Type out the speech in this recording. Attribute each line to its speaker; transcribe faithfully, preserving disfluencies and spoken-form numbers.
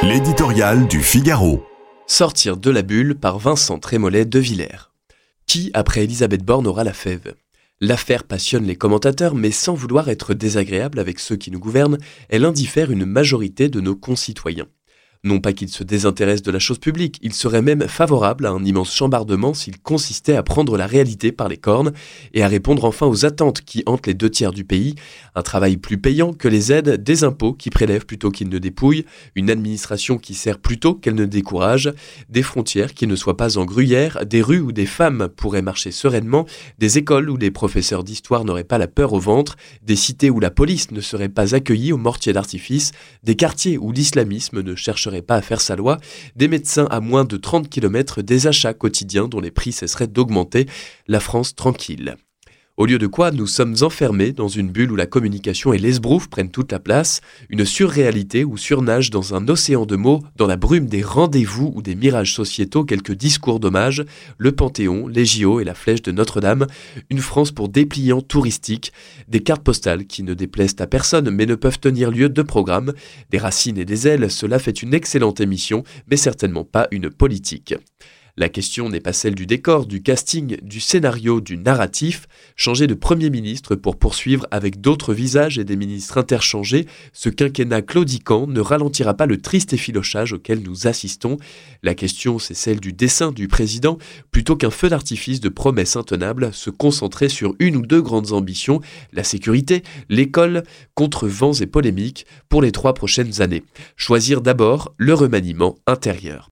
Speaker 1: L'éditorial du Figaro.
Speaker 2: Sortir de la bulle par Vincent Trémollet de Villers. Qui, après Elisabeth Borne, aura la fève ? L'affaire passionne les commentateurs, mais sans vouloir être désagréable avec ceux qui nous gouvernent, elle indiffère une majorité de nos concitoyens. Non pas qu'il se désintéresse de la chose publique, il serait même favorable à un immense chambardement s'il consistait à prendre la réalité par les cornes et à répondre enfin aux attentes qui hantent les deux tiers du pays, un travail plus payant que les aides, des impôts qui prélèvent plutôt qu'ils ne dépouillent, une administration qui sert plutôt qu'elle ne décourage, des frontières qui ne soient pas en gruyère, des rues où des femmes pourraient marcher sereinement, des écoles où les professeurs d'histoire n'auraient pas la peur au ventre, des cités où la police ne serait pas accueillie au mortier d'artifice, des quartiers où l'islamisme ne chercherait pas à faire sa loi, des médecins à moins de trente kilomètres, des achats quotidiens dont les prix cesseraient d'augmenter, la France tranquille. Au lieu de quoi, nous sommes enfermés dans une bulle où la communication et l'esbrouf prennent toute la place, une surréalité où surnagent dans un océan de mots, dans la brume des rendez-vous ou des mirages sociétaux, quelques discours d'hommage, le Panthéon, les J O et la flèche de Notre-Dame, une France pour dépliants touristiques, des cartes postales qui ne déplaisent à personne mais ne peuvent tenir lieu de programme, des racines et des ailes, cela fait une excellente émission, mais certainement pas une politique. La question n'est pas celle du décor, du casting, du scénario, du narratif. Changer de Premier ministre pour poursuivre avec d'autres visages et des ministres interchangés, ce quinquennat claudiquant ne ralentira pas le triste effilochage auquel nous assistons. La question, c'est celle du dessein du président, plutôt qu'un feu d'artifice de promesses intenables, se concentrer sur une ou deux grandes ambitions, la sécurité, l'école, contre vents et polémiques, pour les trois prochaines années. Choisir d'abord le remaniement intérieur.